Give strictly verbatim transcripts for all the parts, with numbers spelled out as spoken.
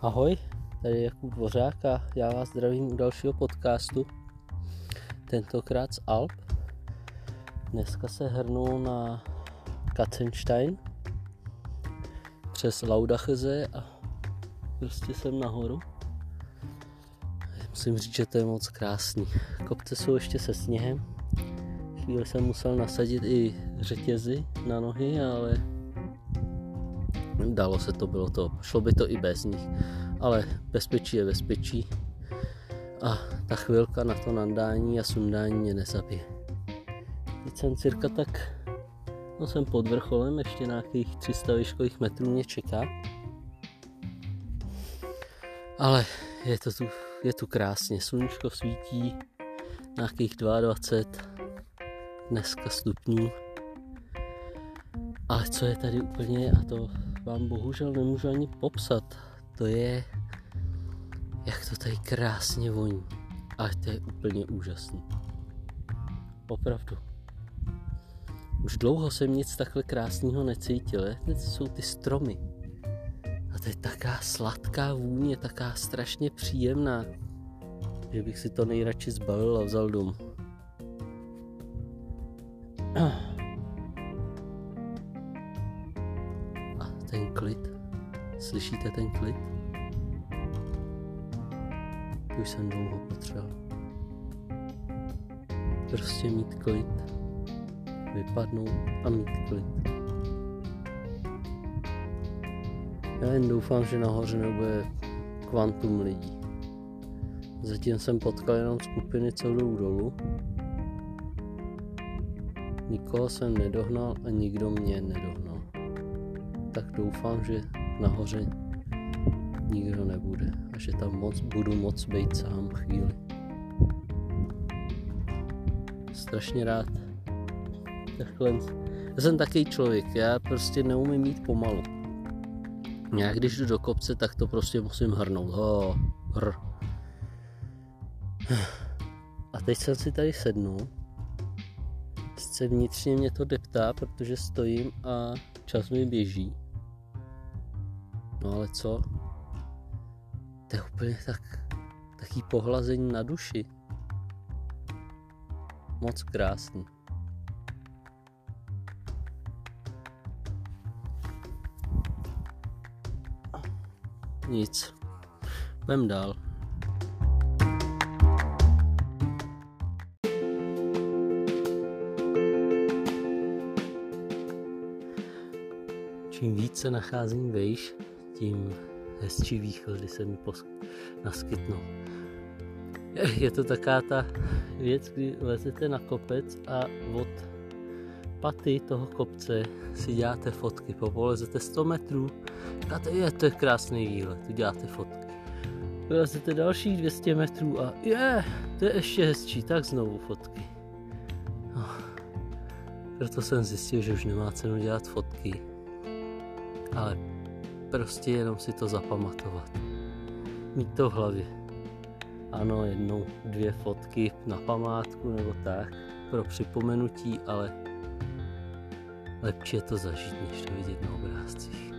Ahoj, tady je Jakub Dvořák a já vás zdravím u dalšího podcastu, tentokrát z Alp. Dneska se hrnu na Katzenstein přes Laudachese a prostě jsem nahoru. Musím říct, že to je moc krásný. Kopce jsou ještě se sněhem. Chvíli jsem musel nasadit i řetězy na nohy, ale dalo se to, bylo to. Šlo by to i bez nich, ale bezpečí je bezpečí a ta chvilka na to nandání a sundání mě nezabije. Teď jsem cirka tak, no jsem pod vrcholem, ještě nějakých tři sta výškových metrů mě čeká. Ale je to tu, je tu krásně, sluníčko svítí, nějakých dvacet dva dneska stupňů. Ale co je tady úplně, a to vám bohužel nemůžu ani popsat, to je, jak to tady krásně voní. Ale to je úplně úžasný. Opravdu. Už dlouho jsem nic takhle krásného necítil. Teď jsou ty stromy. A to je taká sladká vůně, taká strašně příjemná, že bych si to nejradši zbalil a vzal domů. A ten klid. Slyšíte ten klid? Už jsem dlouho potřeboval. Prostě mít klid. Vypadnout a mít klid. Já jen doufám, že nahoře nebude kvantum lidí. Zatím jsem potkal jenom skupiny, co jdou dolů. Nikoho jsem nedohnal a nikdo mě nedohnal. Tak doufám, že nahoře nikdo nebude a že tam moc budu moc být sám chvíli. Strašně rád. Takhle. Já jsem takový člověk, já prostě neumím jít pomalu. Já když jdu do kopce, tak to prostě musím hrnout. Oh, hr. A teď jsem si tady sednul. Sice vnitřně mě to deptá, protože stojím a čas mi běží. No ale co? To je úplně tak, taký pohlazení na duši. Moc krásný. Nic. Jdem dál. Čím víc se nacházím vejš, tím hezčí východy se mi posk- naskytnou. Je to taká ta věc, kdy lezete na kopec a od paty toho kopce si děláte fotky. Polezete sto metrů, říkáte, je, to je krásný výlet, tu děláte fotky. Vylezete dalších dvě stě metrů a je, to je ještě hezčí, tak znovu fotky. No, proto jsem zjistil, že už nemá cenu dělat fotky, ale prostě jenom si to zapamatovat. Mít to v hlavě. Ano, jednou dvě fotky na památku nebo tak, pro připomenutí, ale lepší je to zažít, než to vidět na obrázcích.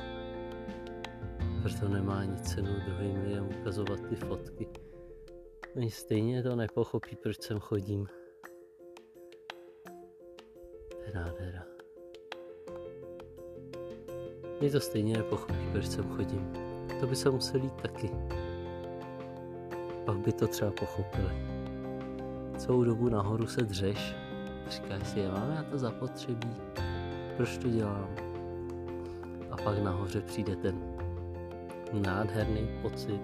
Proto nemá nic cenu druhým lidem ukazovat ty fotky. Oni stejně to nepochopí, proč sem chodím. To je nádhera. Oni to stejně nepochopí, proč sem chodím. To by se musel jít taky. Pak by to třeba pochopili. Celou dobu nahoru se dřeš. Říkáš si, mám já to zapotřebí. Proč to dělám? A pak nahoře přijde ten nádherný pocit.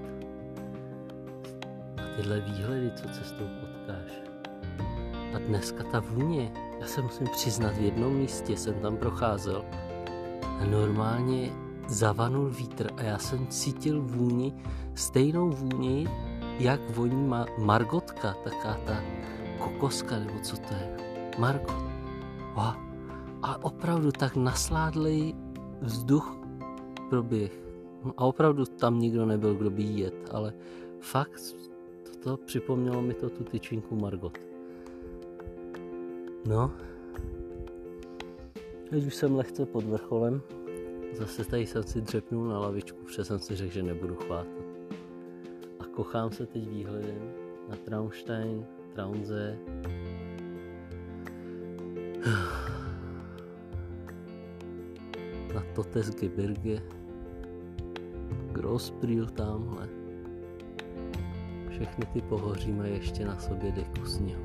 A tyhle výhledy, co cestou potkáš. A dneska ta vůně. Já se musím přiznat, v jednom místě jsem tam procházel a normálně zavanul vítr a já jsem cítil vůni, stejnou vůni, jak voní ma- margotka, taká ta kokoska, nebo co to je, margot. Wow. A opravdu tak nasládlej vzduch proběh. A opravdu tam nikdo nebyl, kdo by jet, ale fakt toto připomnělo mi to tu tyčinku margot. No, teď už jsem lehce pod vrcholem, zase tady jsem si dřepnul na lavičku, protože jsem si řekl, že nebudu chvátat. A kochám se teď výhledem na Traunstein, Traunsee. Na Totesgebirge, Grosspriel tamhle. Všechny ty pohoří mají ještě na sobě deku sněhu.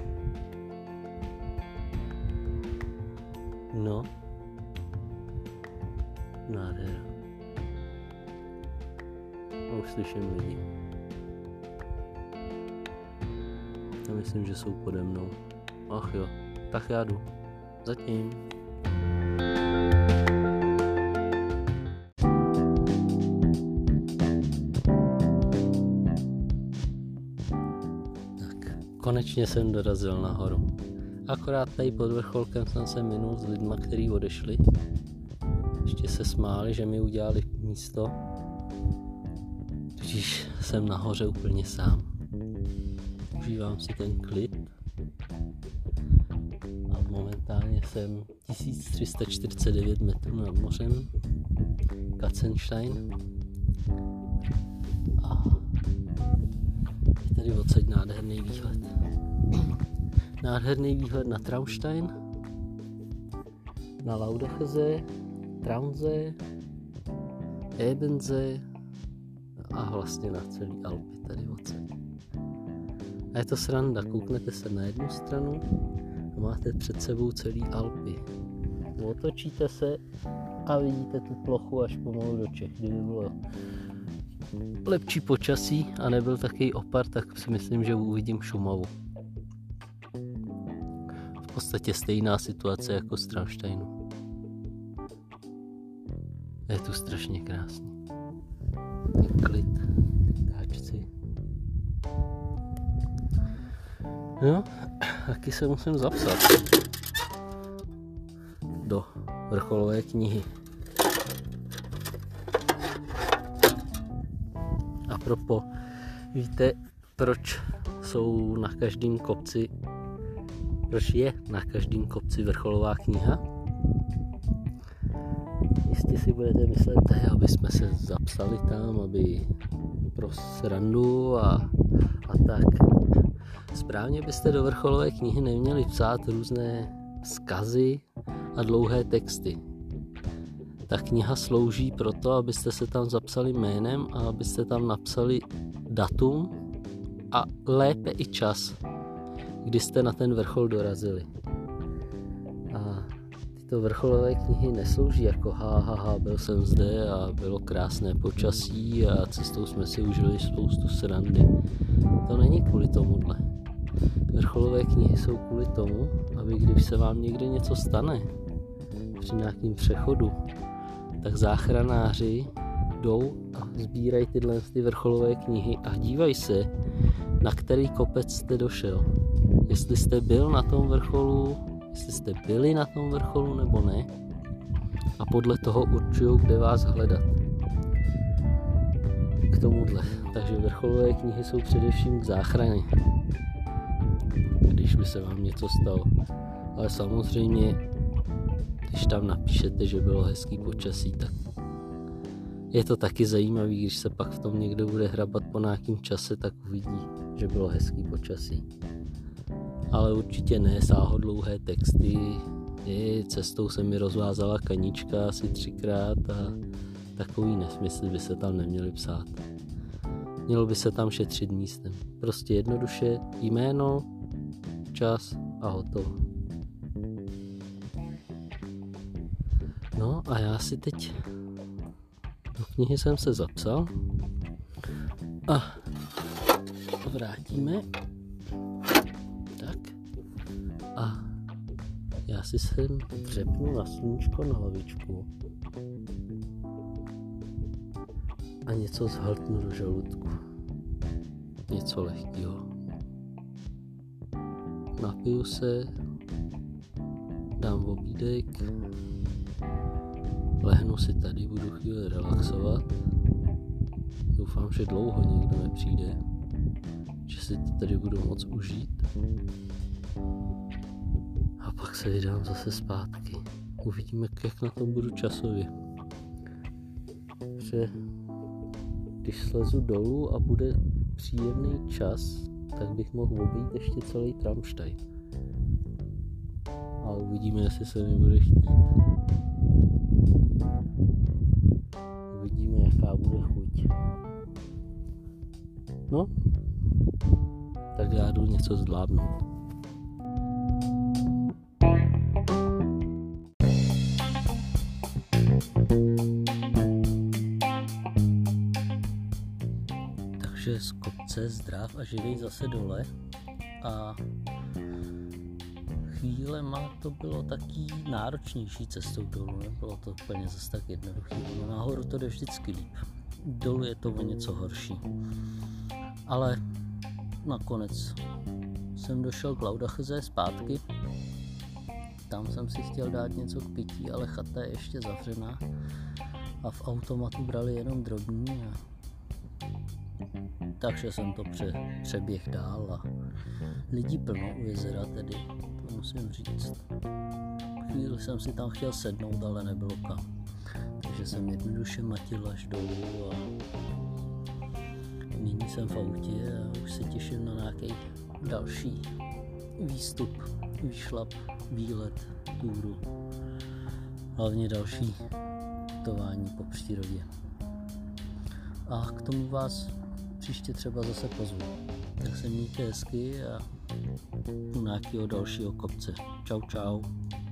No, nádhera. A už slyším lidi. Já myslím, že jsou pode mnou. Ach jo, tak já jdu. Zatím. Tak, konečně jsem dorazil nahoru. Akorát tady pod vrcholkem jsem se minul s lidma, kteří odešli. Ještě se smáli, že mi udělali místo. Tudíž jsem nahoře úplně sám. Užívám si ten klid. A momentálně jsem tisíc tři sta čtyřicet devět metrů nad mořem. Katzenstein. A je tady odsaď nádherný výhled. Nádherný výhled na Traunstein, na Laudachsee, Traunsee, Ebensee a vlastně na celý Alpy tady odsaď. A je to sranda, kouknete se na jednu stranu a máte před sebou celý Alpy. Otočíte se a vidíte tu plochu až pomalu do Čech. Kdyby bylo lepší počasí a nebyl takový opar, tak si myslím, že uvidím Šumavu. V podstatě stejná situace jako z Traunsteinu. Je tu strašně krásný. Ten klid, ty ptáčci. No, taky se musím zapsat do vrcholové knihy. A propo, víte, proč jsou na každém kopci Proč je na každém kopci vrcholová kniha? Jistě si budete myslet, hej, aby jsme se zapsali tam, aby pro srandu a, a tak. Správně byste do vrcholové knihy neměli psát různé vzkazy a dlouhé texty. Ta kniha slouží proto, abyste se tam zapsali jménem a abyste tam napsali datum a lépe i čas, kdy jste na ten vrchol dorazili. A tyto vrcholové knihy neslouží jako ha, ha, ha, byl jsem zde a bylo krásné počasí a cestou jsme si užili spoustu srandy. To není kvůli tomuhle. Vrcholové knihy jsou kvůli tomu, aby když se vám někde něco stane při nějakým přechodu, tak záchranáři jdou a sbírají tyhle ty vrcholové knihy a dívají se, na který kopec jste došel. Jestli jste byl na tom vrcholu, jestli jste byli na tom vrcholu nebo ne. A podle toho určují, kde vás hledat. K tomuhle. Takže vrcholové knihy jsou především k záchraně, když by se vám něco stalo. Ale samozřejmě, když tam napíšete, že bylo hezký počasí, tak je to taky zajímavý, když se pak v tom někdo bude hrabat po nějakým čase, tak uvidí, že bylo hezký počasí. Ale určitě ne sáhodlouhé texty. Je, cestou se mi rozvázala kanička asi třikrát a takový nesmysly by se tam neměly psát. Mělo by se tam šetřit místem. Prostě jednoduše jméno, čas a hotovo. No a já si teď do knihy jsem se zapsal a vrátíme. Tak. A já si sem dřepnu na sluníčko na lavičku a něco zhltnu do žaludku. Něco lehkého. Napiju se, dám obídek, lehnu si tady, budu chvíli relaxovat. Doufám, že dlouho nikdo nepřijde, že si to tady budu moc užít. A pak se vydám zase zpátky. Uvidíme, jak na tom budu časově. takže když slezu dolů a bude příjemný čas, tak bych mohl obejít ještě celý Traunstein. Ale uvidíme, jestli se mi bude chtít. Uvidíme, jaká bude chuť. No, tak já jdu něco zdlábnout. Takže z kopce zdrav a živej zase dole a chvílema to bylo taky náročnější cestou dolů, nebylo to úplně zase tak jednoduché, no nahoru to jde vždycky líp, dolů je to o něco horší, ale nakonec jsem došel k Laudachze zpátky, tam jsem si chtěl dát něco k pití, ale chata je ještě zavřená a v automatu brali jenom drobní a takže jsem to pře, přeběh dál a lidí plno u jezera tedy, to musím říct. Chvíli jsem si tam chtěl sednout, ale nebylo kam. Takže jsem jednoduše matil až dolů a nyní jsem v autě a už se těším na nějaký další výstup, výšlap, výlet, túru. Hlavně další putování po přírodě. A k tomu vás příště třeba zase pozvu. Tak se mějte hezky a u nějakého dalšího kopce. Čau čau.